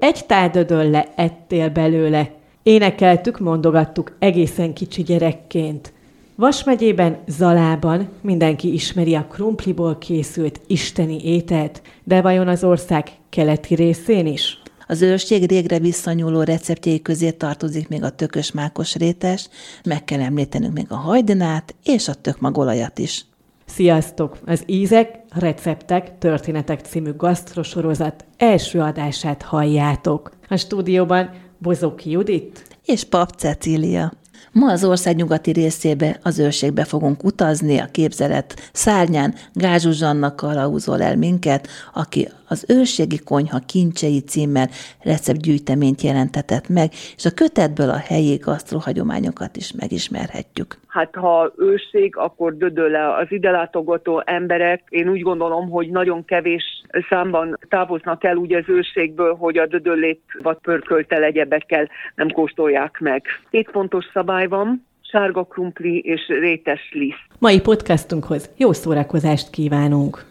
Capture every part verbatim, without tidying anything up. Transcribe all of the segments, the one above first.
egy tál dödölle ettél belőle. Énekeltük, mondogattuk egészen kicsi gyerekként. Vas megyében, Zalában mindenki ismeri a krumpliból készült isteni ételt, de vajon az ország keleti részén is? Az őrség régre visszanyúló receptjei közé tartozik még a tökös-mákos rétes, meg kell említenünk még a hajdinát és a tökmagolajat is. Sziasztok! Az Ízek, Receptek, Történetek című gasztrosorozat első adását halljátok. A stúdióban Bozóki Judit és Pap Cecília. Ma az ország nyugati részébe, az őrségbe fogunk utazni, a képzelet szárnyán Gál Zsuzsanna kalauzol el minket, aki az őrségi konyha kincsei címmel receptgyűjteményt jelentetett meg, és a kötetből a helyi gasztrohagyományokat is megismerhetjük. Hát ha őrség, akkor dödölle az ide látogató emberek. Én úgy gondolom, hogy nagyon kevés számban távoznak el úgy az őrségből, hogy a dödöllét vagy pörköltel egyebekkel nem kóstolják meg. Két fontos szabály van: sárga krumpli és rétes liszt. Mai podcastunkhoz jó szórakozást kívánunk!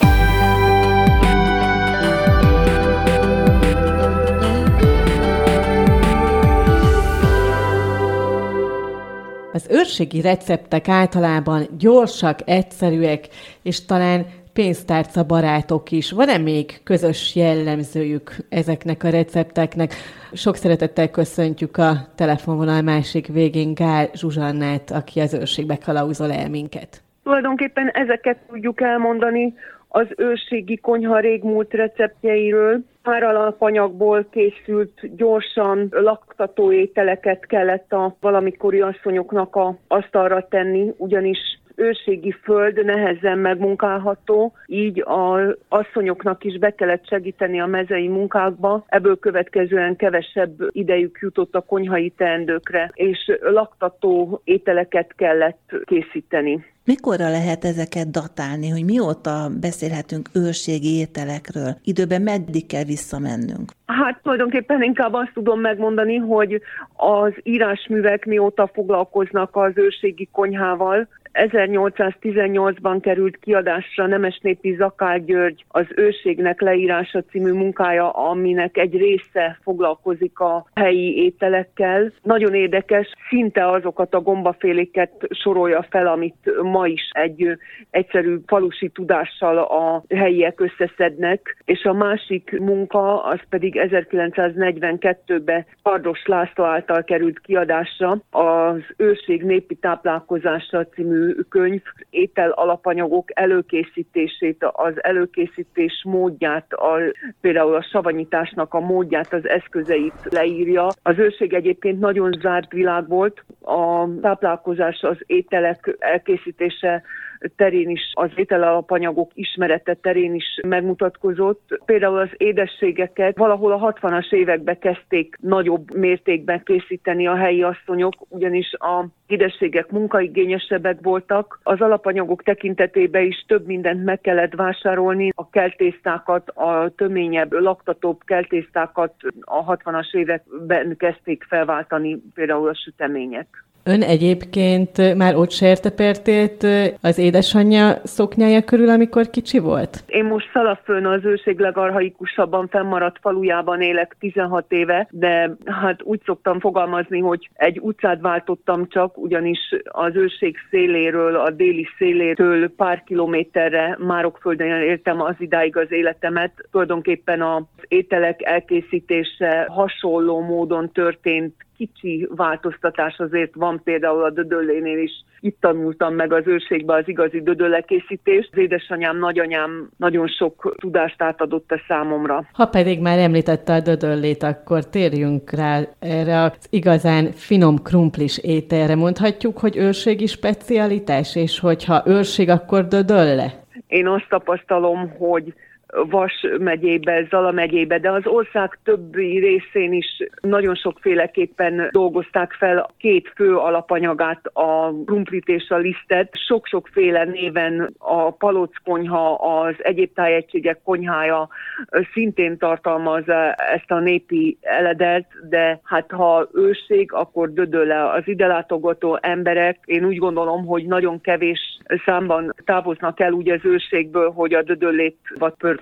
Az őrségi receptek általában gyorsak, egyszerűek, és talán pénztárca barátok is. Van-e még közös jellemzőjük ezeknek a recepteknek? Sok szeretettel köszöntjük a telefonvonal másik végén Gál Zsuzsannát, aki az őrségbe kalauzol el minket. Tulajdonképpen ezeket tudjuk elmondani az őrségi konyha régmúlt receptjeiről. Pár alapanyagból készült, gyorsan laktató ételeket kellett a valamikori asszonyoknak a asztalra tenni, ugyanis őrségi föld nehezen megmunkálható, így az asszonyoknak is be kellett segíteni a mezei munkákba, ebből következően kevesebb idejük jutott a konyhai teendőkre, és laktató ételeket kellett készíteni. Mikorra lehet ezeket datálni, hogy mióta beszélhetünk őrségi ételekről? Időben meddig kell visszamennünk? Hát tulajdonképpen inkább azt tudom megmondani, hogy az írásművek mióta foglalkoznak az őrségi konyhával. ezernyolcszáztizennyolcban került kiadásra Nemesnépi Zakál György az Őrségnek leírása című munkája, aminek egy része foglalkozik a helyi ételekkel. Nagyon érdekes, szinte azokat a gombaféléket sorolja fel, amit ma is egy egyszerű falusi tudással a helyiek összeszednek, és a másik munka az pedig ezerkilencszáznegyvenkettőben Kardos László által került kiadásra, az Őrség népi táplálkozása című könyv, étel alapanyagok előkészítését, az előkészítés módját, a, például a savanyításnak a módját, az eszközeit leírja. Az őrség egyébként nagyon zárt világ volt, a táplálkozás, az ételek elkészítése terén is, az ételalapanyagok ismerete terén is megmutatkozott. Például az édességeket valahol a hatvanas években kezdték nagyobb mértékben készíteni a helyi asszonyok, ugyanis a édességek munkaigényesebbek voltak. Az alapanyagok tekintetében is több mindent meg kellett vásárolni. A keltésztákat, a töményebb, laktatóbb keltésztákat a hatvanas években kezdték felváltani, például a sütemények. Ön egyébként már ott sertepertélt az édesanyja szoknyája körül, amikor kicsi volt? Én most Szalaföldön, az őrség legarhaikusabban fennmaradt falujában élek tizenhat éve, de hát úgy szoktam fogalmazni, hogy egy utcát váltottam csak, ugyanis az őrség széléről, a déli szélétől pár kilométerre Márokföldön éltem az idáig az életemet. Tulajdonképpen az ételek elkészítése hasonló módon történt, kicsi változtatás azért van, például a dödöllénél is. Itt tanultam meg az őrségbe az igazi dödöllekészítést. Az édesanyám, nagyanyám nagyon sok tudást átadott a számomra. Ha pedig már említette a dödöllét, akkor térjünk rá erre az igazán finom krumplis ételre. Mondhatjuk, hogy őrségi specialitás, és hogyha őrség, akkor dödölle? Én azt tapasztalom, hogy Vas megyébe, Zala megyébe, de az ország többi részén is nagyon sokféleképpen dolgozták fel a két fő alapanyagát, a krumplit és a lisztet. Sok-sokféle néven a palóc konyha, az egyéb tájegységek konyhája szintén tartalmaz ezt a népi eledelt, de hát ha őrség, akkor dödölle az ide látogató emberek. Én úgy gondolom, hogy nagyon kevés számban távoznak el úgy az őrségből, hogy a dödöllét vagy pörk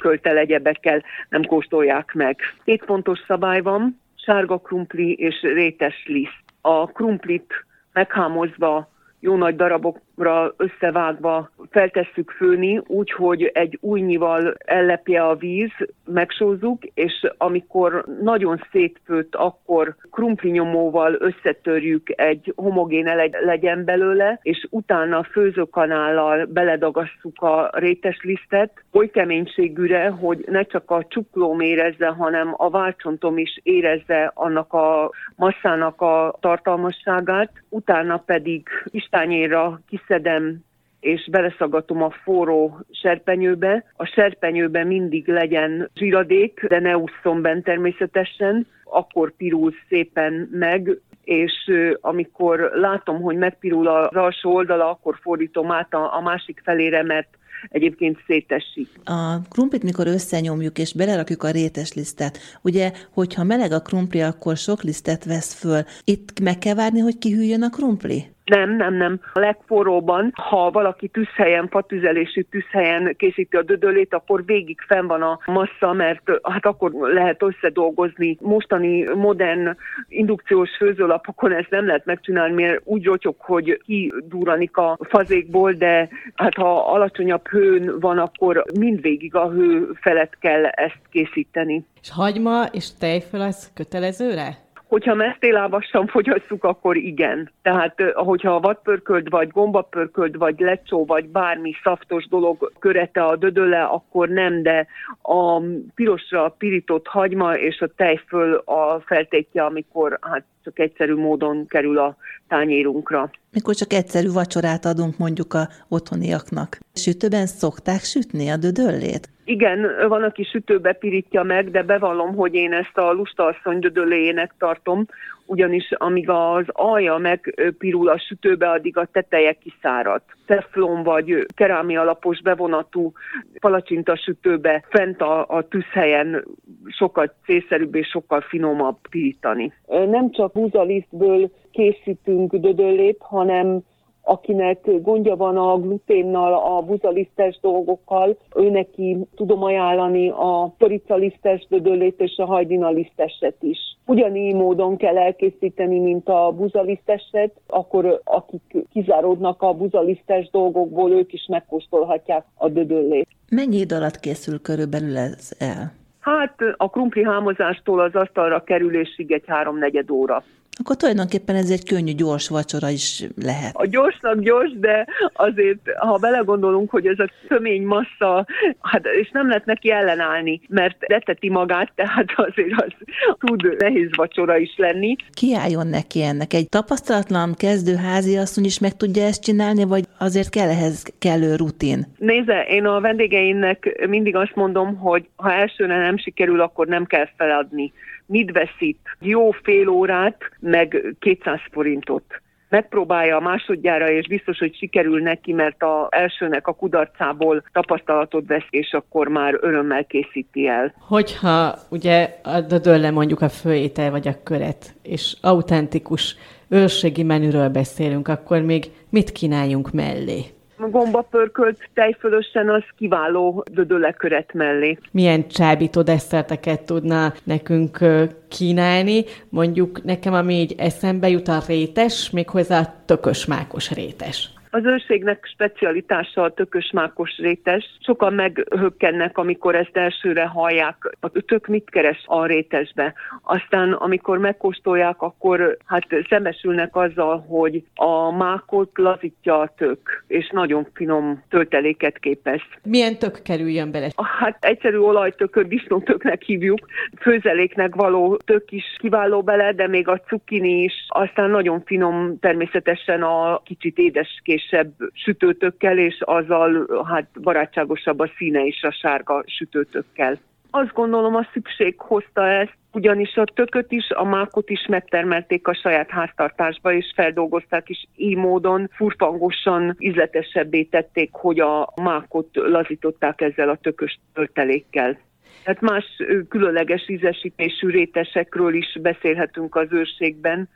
pörkölttel, egyebekkel nem kóstolják meg. Két fontos szabály van, sárga krumpli és rétes liszt. A krumplit meghámozva, jó nagy darabokra összevágva feltesszük főni, úgyhogy egy újnyival ellepje a víz, megsózzuk, és amikor nagyon szétfőtt, akkor krumplinyomóval összetörjük, egy homogén legyen belőle, és utána főzőkanállal beledagasszuk a réteslisztet, oly keménységűre, hogy ne csak a csuklóm érezze, hanem a válcsontom is érezze annak a masszának a tartalmasságát, utána pedig istányéra kiszedem és beleszaggatom a forró serpenyőbe. A serpenyőben mindig legyen zsíradék, de ne ússzon bent természetesen, akkor pirul szépen meg, és amikor látom, hogy megpirul az alsó oldala, akkor fordítom át a, a másik felére, mert egyébként szétesik. A krumplit, mikor összenyomjuk és belerakjuk a réteslisztet, ugye, hogyha meleg a krumpli, akkor sok lisztet vesz föl. Itt meg kell várni, hogy kihűljön a krumpli? Nem, nem, nem. A legforróban, ha valaki tűzhelyen, fatüzelésű tűzhelyen készíti a dödöllét, akkor végig fenn van a massza, mert hát akkor lehet összedolgozni. Mostani modern indukciós főzőlapokon ezt nem lehet megcsinálni, mert úgy rotyog, hogy kidurranik a fazékból, de hát ha alacsonyabb hőn van, akkor mindvégig a hő felett kell ezt készíteni. És hagyma és tejföl az kötelezőre? Hogyha mesztélávasan fogyasszuk, akkor igen. Tehát, hogyha vadpörkölt, vagy gombapörkölt, vagy lecsó, vagy bármi szaftos dolog körete a dödölle, akkor nem, de a pirosra pirított hagyma és a tejföl a feltétje, amikor hát csak egyszerű módon kerül a tányérunkra. Mikor csak egyszerű vacsorát adunk mondjuk a otthoniaknak. Sütőben szokták sütni a dödöllét? Igen, van, aki sütőbe pirítja meg, de bevallom, hogy én ezt a lustaasszony dödölléjének tartom, ugyanis amíg az alja megpirul a sütőbe, addig a teteje kiszárad. Teflon vagy kerámia alapos bevonatú palacsinta sütőbe fent a, a tűzhelyen sokkal célszerűbb és sokkal finomabb pirítani. Nem csak búzalisztből készítünk dödöllét, hanem akinek gondja van a gluténnal, a buzalisztes dolgokkal, őneki tudom ajánlani a koricalisztes dödöllét és a hajdinaliszteset is. Ugyanígy módon kell elkészíteni, mint a buzaliszteset, akkor akik kizáródnak a buzalisztes dolgokból, ők is megkóstolhatják a dödöllét. Mennyi idő alatt készül körülbelül ez el? Hát a krumpli hámozástól az asztalra kerülésig egy háromnegyed óra. Akkor tulajdonképpen ez egy könnyű, gyors vacsora is lehet. A gyorsnak gyors, de azért, ha belegondolunk, hogy ez a tömény massza, hát, és nem lehet neki ellenállni, mert leteti magát, tehát azért az tud nehéz vacsora is lenni. Ki álljon neki ennek? Egy tapasztalatlan kezdő háziasszony is meg tudja ezt csinálni, vagy azért kell ehhez kellő rutin? Nézze, én a vendégeimnek mindig azt mondom, hogy ha elsőre nem sikerül, akkor nem kell feladni. Mit veszít? Jó fél órát, meg kétszáz forintot. Megpróbálja a másodjára, és biztos, hogy sikerül neki, mert az elsőnek a kudarcából tapasztalatot vesz, és akkor már örömmel készíti el. Hogyha ugye a dödölle mondjuk a főétel vagy a köret, és autentikus őrségi menüről beszélünk, akkor még mit kínáljunk mellé? A gombapörkölt tejfölösen az kiváló dödölleköret mellé. Milyen csábító desszerteket tudna nekünk kínálni? Mondjuk nekem, ami így eszembe jut, a rétes, méghozzá a tökös mákos rétes. Az őrségnek specialitása a tökösmákos rétes. Sokan meghökkennek, amikor ezt elsőre hallják. A tök mit keres a rétesbe? Aztán, amikor megkóstolják, akkor hát szembesülnek azzal, hogy a mákot lazítja a tök, és nagyon finom tölteléket képez. Milyen tök kerüljön bele? Hát egyszerű olajtököt, disznótöknek hívjuk. Főzeléknek való tök is kiváló bele, de még a cukkini is. Aztán nagyon finom természetesen a kicsit édeskés sütőtökkel, és azzal hát barátságosabb a színe is a sárga sütőtökkel. Azt gondolom, a szükség hozta ezt, ugyanis a tököt is, a mákot is megtermelték a saját háztartásba, és feldolgozták is így módon, furfangosan, ízletesebbé tették, hogy a mákot lazították ezzel a tökös töltelékkel. Tehát más különleges ízesítésű rétesekről is beszélhetünk az őrségben,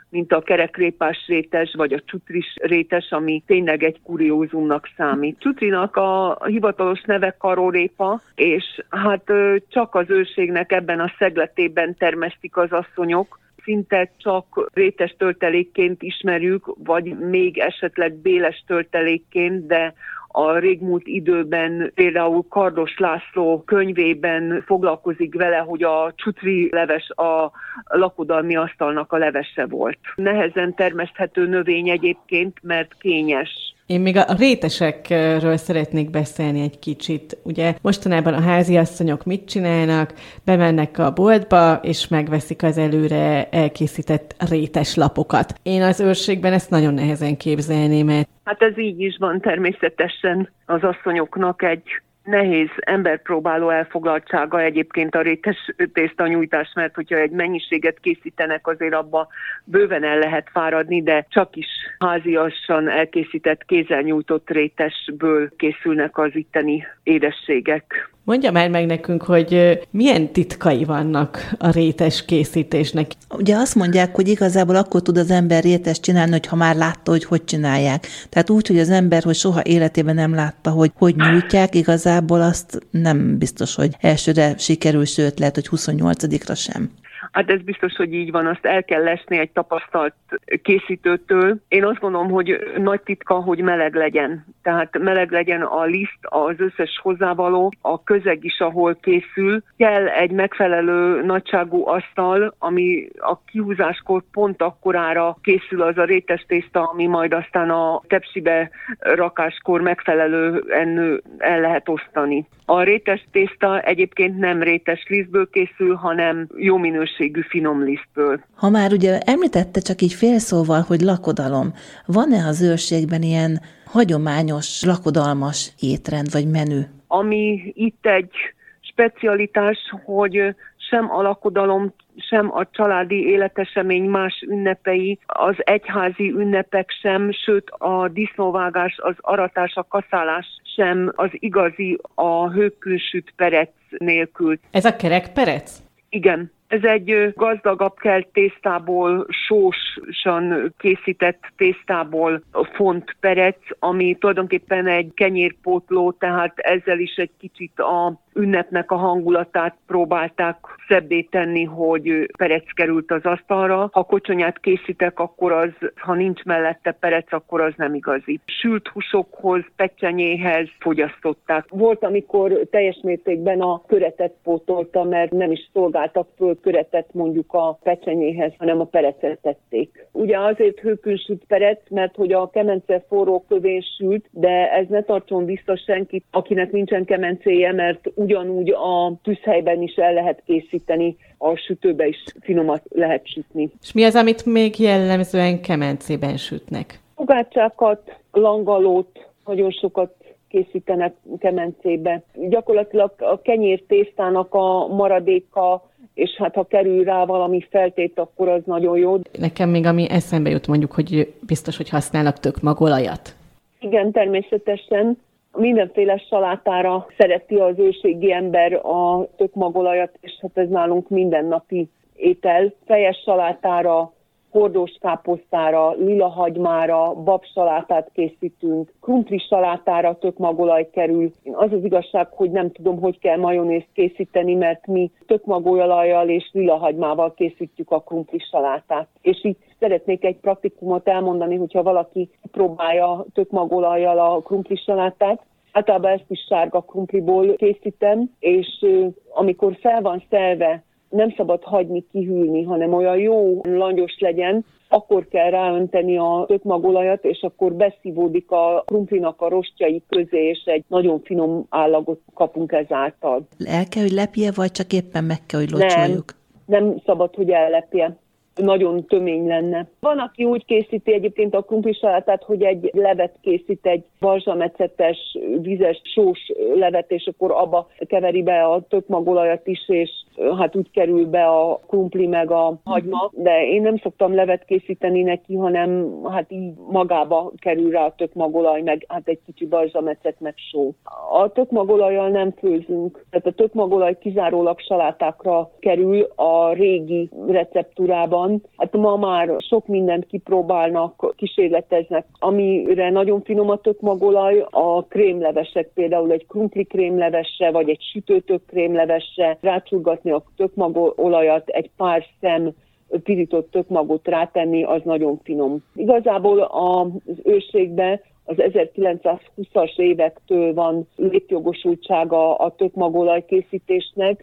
mint a kerekrépás rétes, vagy a csutris rétes, ami tényleg egy kuriózumnak számít. Csutrinak a hivatalos neve karórépa, és hát csak az őrségnek ebben a szegletében termesztik az asszonyok, szinte csak rétes töltelékként ismerjük, vagy még esetleg béles töltelékként, de a régmúlt időben például Kardos László könyvében foglalkozik vele, hogy a csutri leves a lakodalmi asztalnak a levese volt. Nehezen termeszthető növény egyébként, mert kényes. Én még a rétesekről szeretnék beszélni egy kicsit. Ugye mostanában a háziasszonyok mit csinálnak? Bemennek a boltba, és megveszik az előre elkészített réteslapokat. Én az őrségben ezt nagyon nehezen képzelném el. Hát ez így is van természetesen. Az asszonyoknak egy nehéz emberpróbáló elfoglaltsága egyébként a rétes tészta nyújtás, mert hogyha egy mennyiséget készítenek, azért abba bőven el lehet fáradni, de csak is háziasan elkészített, kézzel nyújtott rétesből készülnek az itteni édességek. Mondja már meg nekünk, hogy milyen titkai vannak a rétes készítésnek. Ugye azt mondják, hogy igazából akkor tud az ember rétest csinálni, hogyha már látta, hogy hogy csinálják. Tehát úgy, hogy az ember, hogy soha életében nem látta, hogy hogy nyújtják, igazából azt nem biztos, hogy elsőre sikerül, sőt lehet, hogy huszonnyolcadikra sem. Hát ez biztos, hogy így van, azt el kell lesni egy tapasztalt készítőtől. Én azt gondolom, hogy nagy titka, hogy meleg legyen. Tehát meleg legyen a liszt, az összes hozzávaló, a közeg is, ahol készül. Kell egy megfelelő nagyságú asztal, ami a kihúzáskor pont akkorára készül az a rétes tészta, ami majd aztán a tepsibe rakáskor megfelelően el lehet osztani. A rétes tészta egyébként nem rétes lisztből készül, hanem jó minőségű finom lisztből. Ha már ugye említette csak így félszóval, hogy lakodalom, van-e az őrségben ilyen hagyományos, lakodalmas étrend vagy menü? Ami itt egy specialitás, hogy sem a lakodalom, sem a családi életesemény más ünnepei, az egyházi ünnepek sem, sőt a disznóvágás, az aratás, a kaszálás sem az igazi a hőkülsüt perec nélkül. Ez a kerekperec? Igen. Ez egy gazdagabb kelt tésztából, sósan készített tésztából font perec, ami tulajdonképpen egy kenyérpótló, tehát ezzel is egy kicsit a ünnepnek a hangulatát próbálták szebbé tenni, hogy perec került az asztalra. Ha kocsonyát készítek, akkor az, ha nincs mellette perec, akkor az nem igazi. Sült húsokhoz, pecsenyéhez fogyasztották. Volt, amikor teljes mértékben a köretet pótolta, mert nem is szolgáltak föl köretet mondjuk a pecsenyéhez, hanem a perecet tették. Ugye azért hőkülsült perec, mert hogy a kemence forró kövén sült, de ez ne tartson vissza senkit, akinek nincsen kemencéje, mert ugyanúgy a tűzhelyben is el lehet készíteni, a sütőbe is finomat lehet sütni. És mi az, amit még jellemzően kemencében sütnek? Pogácsákat, langalót, nagyon sokat készítenek kemencébe. Gyakorlatilag a kenyértésztának a maradéka, és hát ha kerül rá valami feltét, akkor az nagyon jó. Nekem még ami eszembe jut, mondjuk, hogy biztos, hogy használnak tökmagolajat. Igen, természetesen. Mindenféle salátára szereti az őrségi ember a tökmagolajat, és hát ez nálunk mindennapi étel. Fejes salátára, hordós káposztára, lilahagymára, babsalátát készítünk, krumpli salátára tökmagolaj kerül. Az az igazság, hogy nem tudom, hogy kell majonézt készíteni, mert mi tökmagolajjal és lilahagymával készítjük a krumpli salátát. És itt szeretnék egy praktikumot elmondani, hogyha valaki próbálja tökmagolajjal a krumpli salátát. Általában ezt is sárga krumpliból készítem, és amikor fel van szelve, nem szabad hagyni kihűlni, hanem olyan jó langyos legyen, akkor kell ráönteni a tökmagolajat, és akkor beszívódik a krumplinak a rostjai közé, és egy nagyon finom állagot kapunk ezáltal. El kell, hogy lepje, vagy csak éppen meg kell, hogy locsoljuk? Nem, nem szabad, hogy ellepje. Nagyon tömény lenne. Van, aki úgy készíti egyébként a krumpli salátát, hogy egy levet készít, egy balzsamecetes, vizes, sós levet, és akkor abba keveri be a tökmagolajat is, és hát úgy kerül be a krumpli meg a hagyma. De én nem szoktam levet készíteni neki, hanem hát így magába kerül rá a tökmagolaj, meg hát egy kicsi balzsamecet, meg só. A tökmagolajjal nem főzünk. Tehát a tökmagolaj kizárólag salátákra kerül a régi receptúrában, van. Hát ma már sok mindent kipróbálnak, kísérleteznek, amire nagyon finom a tökmagolaj, a krémlevesek, például egy krumpli krémlevesre, vagy egy sütőtök krémlevesre rácsurgatni a tökmagolajat, egy pár szem pirított tökmagot rátenni, az nagyon finom. Igazából az őrségben az ezerkilencszázhúszas évektől van létjogosultsága a tökmagolaj készítésnek.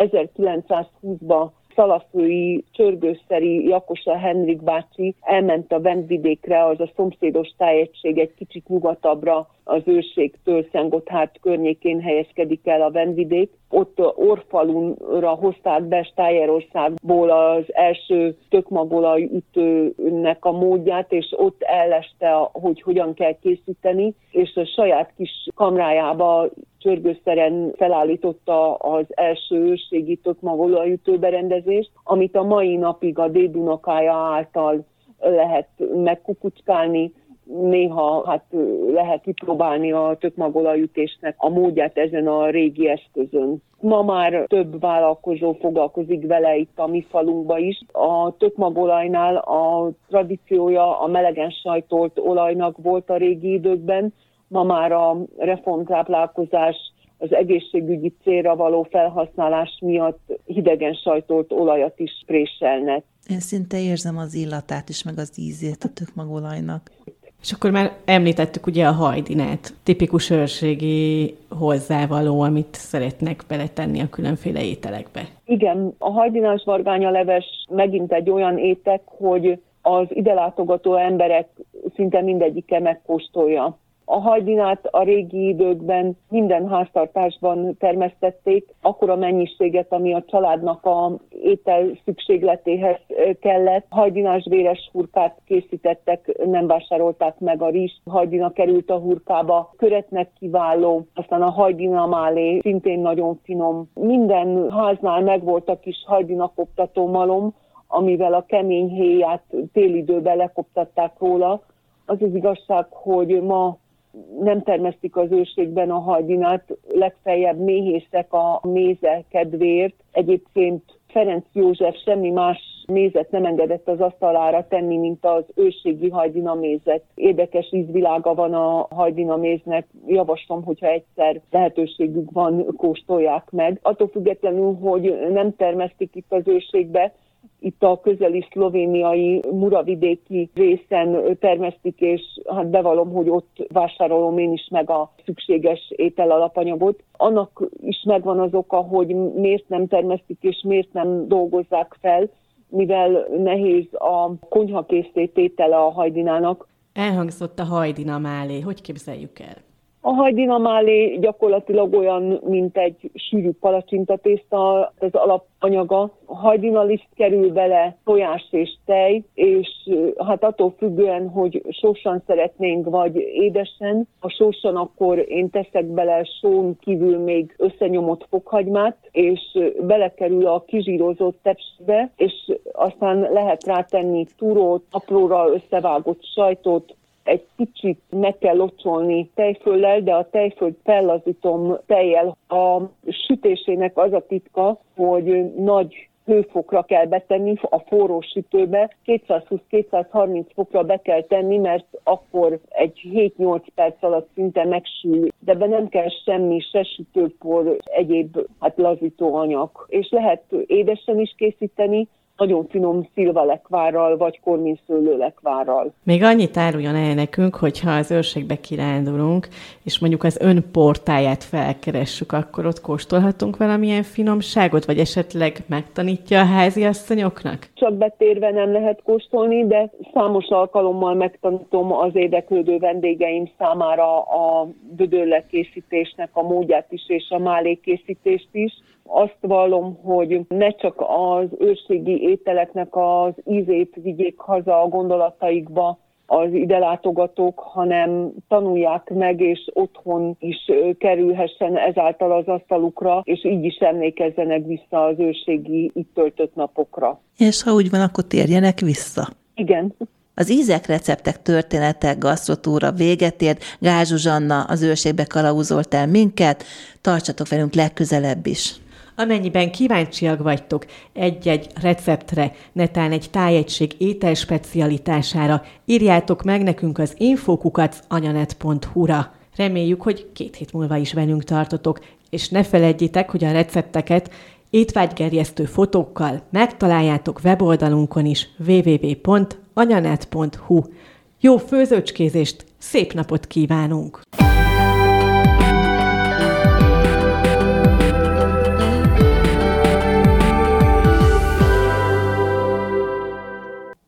ezerkilencszázhúszban szalafői, csörgőszeri Jakosa Henrik bácsi elment a Vendvidékre, az a szomszédos tájegység egy kicsit nyugatabbra az őrségtől, Szentgotthárd környékén helyezkedik el a Vendvidék. Ott Orfalunra hozták be Stájerországból az első tökmagolaj ütőnek a módját, és ott elleste, hogy hogyan kell készíteni, és a saját kis kamrájába csörgőszeren felállította az első őrségi tökmagolaj ütőberendezést, amit a mai napig a dédunokája által lehet megkukucskálni. Néha hát lehet kipróbálni a tökmagolajütésnek a módját ezen a régi eszközön. Ma már több vállalkozó foglalkozik vele itt a mi falunkban is. A tökmagolajnál a tradíciója a melegen sajtolt olajnak volt a régi időkben. Ma már a reformtáplálkozás, az egészségügyi célra való felhasználás miatt hidegen sajtolt olajat is préselnek. Én szinte érzem az illatát is, meg az ízét a tökmagolajnak. És akkor már említettük ugye a hajdinát, tipikus őrségi hozzávaló, amit szeretnek beletenni a különféle ételekbe. Igen, a hajdinás vargányaleves megint egy olyan étek, hogy az ide látogató emberek szinte mindegyike megkóstolja. A hajdinát a régi időkben minden háztartásban termesztették, akkora mennyiséget, ami a családnak a étel szükségletéhez kellett. Hajdinás véres hurkát készítettek, nem vásárolták meg a rizst, hajdina került a hurkába, köretnek kiváló, aztán a hajdina málé szintén nagyon finom. Minden háznál megvolt a kis hajdina koptató malom, amivel a kemény héját télidőben lekoptatták róla. Az az igazság, hogy ma nem termesztik az őrségben a hajdinát, legfeljebb méhészek a méze kedvéért. Egyébként Ferenc József semmi más mézet nem engedett az asztalára tenni, mint az őrségi hajdina mézet. Érdekes ízvilága van a hajdina méznek. Javaslom, hogyha egyszer lehetőségük van, kóstolják meg. Attól függetlenül, hogy nem termesztik itt az őrségbe, itt a közeli szlovéniai muravidéki részen termesztik, és hát bevallom, hogy ott vásárolom én is meg a szükséges ételalapanyagot. Annak is megvan az oka, hogy miért nem termesztik és miért nem dolgozzák fel, mivel nehéz a konyhakészítétele a hajdinának. Elhangzott a hajdina málé. Hogy képzeljük el? A hajdina málé gyakorlatilag olyan, mint egy sűrű palacsintatészta, az alapanyaga. A hajdina liszt kerül bele, tojás és tej, és hát attól függően, hogy sósan szeretnénk, vagy édesen. Ha sósan, akkor én teszek bele són kívül még összenyomott fokhagymát, és belekerül a kizsírozott tepsibe, és aztán lehet rátenni túrót, apróra összevágott sajtot, egy kicsit meg kell locsolni tejföllel, de a tejfölt fellazítom tejjel. A sütésének az a titka, hogy nagy hőfokra kell betenni a forró sütőbe, kétszázhúsz-kétszázharminc fokra be kell tenni, mert akkor egy hét-nyolc perc alatt szinte megsül, de be nem kell semmi, se sütőpor, egyéb hát lazító anyag. És lehet édesen is készíteni, nagyon finom szilvalekvárral, vagy korminszőlőlekvárral. Még annyit áruljon el nekünk, hogyha az őrségbe kirándulunk, és mondjuk az ön portáját felkeressük, akkor ott kóstolhatunk valamilyen finomságot, vagy esetleg megtanítja a háziasszonyoknak? Csak betérve nem lehet kóstolni, de számos alkalommal megtanítom az érdeklődő vendégeim számára a vödörlekészítésnek a módját is, és a málékészítést is. Azt vallom, hogy ne csak az őrségi ételeknek az ízét vigyék haza a gondolataikba az ide látogatók, hanem tanulják meg, és otthon is kerülhessen ezáltal az asztalukra, és így is emlékezzenek vissza az őrségi itt töltött napokra. És ha úgy van, akkor térjenek vissza. Igen. Az ízek, receptek, történetek, gasztrotúra véget ért. Gál Zsuzsanna az őrségbe kalauzolt el minket. Tartsatok velünk legközelebb is. Amennyiben kíváncsiak vagytok egy-egy receptre, netán egy tájegység ételspecialitására, írjátok meg nekünk az infókukac anyanet pont hu-ra. Reméljük, hogy két hét múlva is velünk tartotok, és ne feledjétek, hogy a recepteket étvágygerjesztő fotókkal megtaláljátok weboldalunkon is double-u double-u double pont anyanet pont hu. Jó főzőcskézést, szép napot kívánunk!